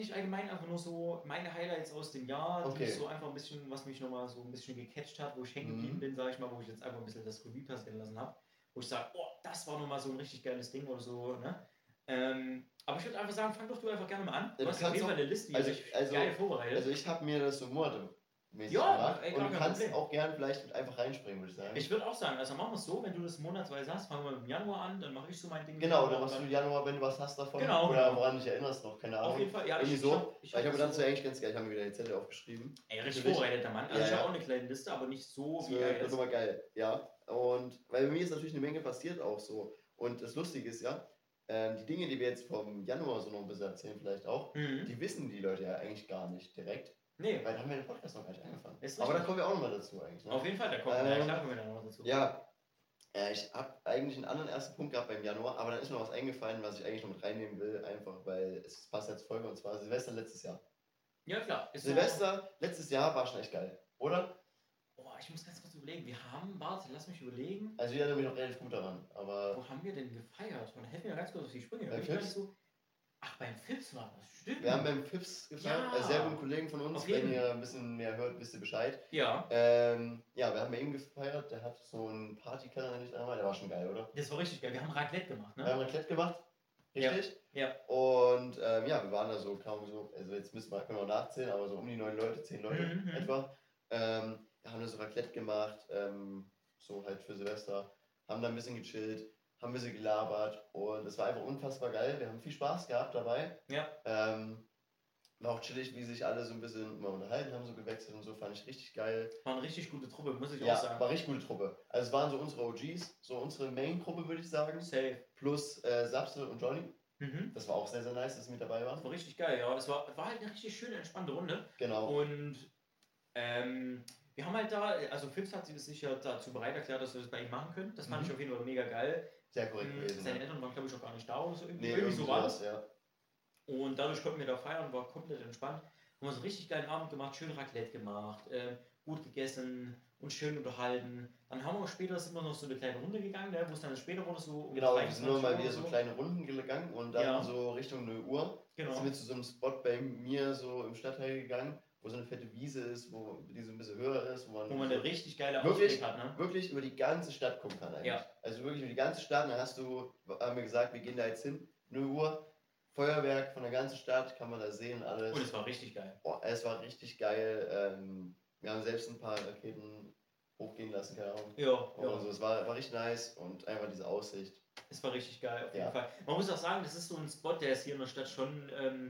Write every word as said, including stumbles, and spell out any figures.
Ich allgemein einfach nur so meine Highlights aus dem Jahr, die Okay. ich so einfach ein bisschen, was mich nochmal so ein bisschen gecatcht hat, wo ich hängen geblieben Mhm. bin, sag ich mal, wo ich jetzt einfach ein bisschen das Revue passieren lassen habe, wo ich sage, oh, das war nochmal so ein richtig geiles Ding oder so, ne? Ähm, aber ich würde einfach sagen, fang doch du einfach gerne mal an. Du Ja, du hast ja auf jeden kannst Fall auch- eine Liste, die also- richtig also- geil vorbereitet. Also ich habe mir das so monatemäßig Ja, gemacht ey, und gar du kein kannst Problem. auch gern vielleicht mit einfach reinspringen, würde ich sagen. Ich würde auch sagen, also machen wir es so, wenn du das monatsweise hast, fangen wir im Januar an, dann mache ich so mein Ding. im Genau, Januar dann und machst du Januar, wenn du was hast davon. Genau, Oder genau. woran dich erinnerst noch, keine Ahnung. Auf jeden Fall, ja, Irgendwie ich, so. ich habe ich Weil ich hab habe dazu so, eigentlich ganz geil, ich habe mir wieder die Zettel aufgeschrieben. ey, richtig Natürlich. vorbereitet, der Mann. Also Ja, ich habe ja. auch eine kleine Liste, aber nicht so Das wie er wird, wird jetzt. nochmal geil, ja. Und weil bei mir ist natürlich eine Menge passiert auch so. Und das Lustige ist ja, ähm, die Dinge, die wir jetzt vom Januar so noch ein bisschen erzählen, vielleicht auch, Mhm. die wissen die Leute ja eigentlich gar nicht direkt. Nee, Weil da haben wir den Podcast noch gar nicht angefangen. Ist Aber da richtig. kommen wir auch nochmal dazu eigentlich. Ne? auf jeden Fall, da kommt, Ähm, ja, klar kommen wir dann noch dazu. Ja, äh, ich habe eigentlich einen anderen ersten Punkt gehabt beim Januar, aber dann ist mir noch was eingefallen, was ich eigentlich noch mit reinnehmen will, einfach weil es passt jetzt Folge und zwar Silvester letztes Jahr. Ja, klar. Ist so- Silvester letztes Jahr war schon echt geil, oder? Boah, ich muss ganz kurz überlegen. Wir haben, warte, lass mich überlegen. Also ich erinnere mich noch relativ gut daran, aber Wo haben wir denn gefeiert? Und helf mir ganz kurz auf die Sprünge. Beim Bin ich gar nicht Fips? so. Ach, beim Fips war das, stimmt. wir haben beim Fips gefeiert, Ja. also sehr guten Kollegen von uns, Auf jeden. wenn ihr ein bisschen mehr hört, wisst ihr Bescheid. Ja, Ähm, ja, wir haben bei ihm gefeiert, der hat so einen Partykeller, nenne ich einmal, der war schon geil, oder? das war richtig geil. Wir haben Raclette gemacht, Wir ne? haben Raclette gemacht, richtig? Ja. Und ähm, ja, wir waren da so kaum so, also jetzt müssen wir, können wir auch nachzählen, aber so um die neun Leute, zehn Leute Mhm, mhm. etwa. Ähm, wir haben da so Raclette gemacht, ähm, so halt für Silvester, haben da ein bisschen gechillt, haben ein bisschen gelabert und es war einfach unfassbar geil. Wir haben viel Spaß gehabt dabei. Ja. Ähm, war auch chillig, wie sich alle so ein bisschen immer unterhalten haben, so gewechselt und so, fand ich richtig geil. War eine richtig gute Truppe, muss ich Ja, auch sagen. war richtig gute Truppe. Also es waren so unsere O Gs, so unsere Main-Gruppe, würde ich sagen, Safe. plus äh, Sapsel und Johnny. Mhm. Das war auch sehr, sehr nice, dass sie mit dabei Das waren. war richtig geil, ja. Es war, war halt eine richtig schöne, entspannte Runde. Genau. Und ähm, wir haben halt da, also Fips hat sich ja dazu bereit erklärt, dass wir das bei ihm machen können. Das fand Mhm. ich auf jeden Fall mega geil. Sehr korrekt Mhm. gewesen. Seine ja. Eltern waren, glaube ich, auch gar nicht da oder so. Irgendwie, Nee, irgendwie so war das. sowas, ja. Und dadurch konnten wir da feiern, war komplett entspannt. Haben uns einen richtig geilen Abend gemacht, schön Raclette gemacht, äh, gut gegessen und schön unterhalten. Dann haben wir auch später, sind wir noch so eine kleine Runde gegangen, ne, wo es dann später wurde, so um Genau, wir sind nur mal Uhr wieder oder so kleine Runden gegangen und dann Ja. so Richtung null Uhr Genau. sind wir zu so einem Spot bei mir so im Stadtteil gegangen, wo so eine fette Wiese ist, wo die so ein bisschen höher ist, wo man, Wo man so eine richtig geile Wirklich? Ausblick hat, ne? wirklich über die ganze Stadt gucken kann eigentlich. Ja. Also wirklich über die ganze Stadt, dann hast du, haben wir gesagt, wir gehen da jetzt hin, null Uhr, Feuerwerk von der ganzen Stadt, kann man da sehen, alles. Und es war richtig geil. Oh, es war richtig geil. Ähm, wir haben selbst ein paar Raketen hochgehen lassen, keine Ahnung. Ja, Und ja. so. Es war, war richtig nice und einfach diese Aussicht. Es war richtig geil, auf jeden Ja. Fall. Man muss auch sagen, das ist so ein Spot, der ist hier in der Stadt schon ähm,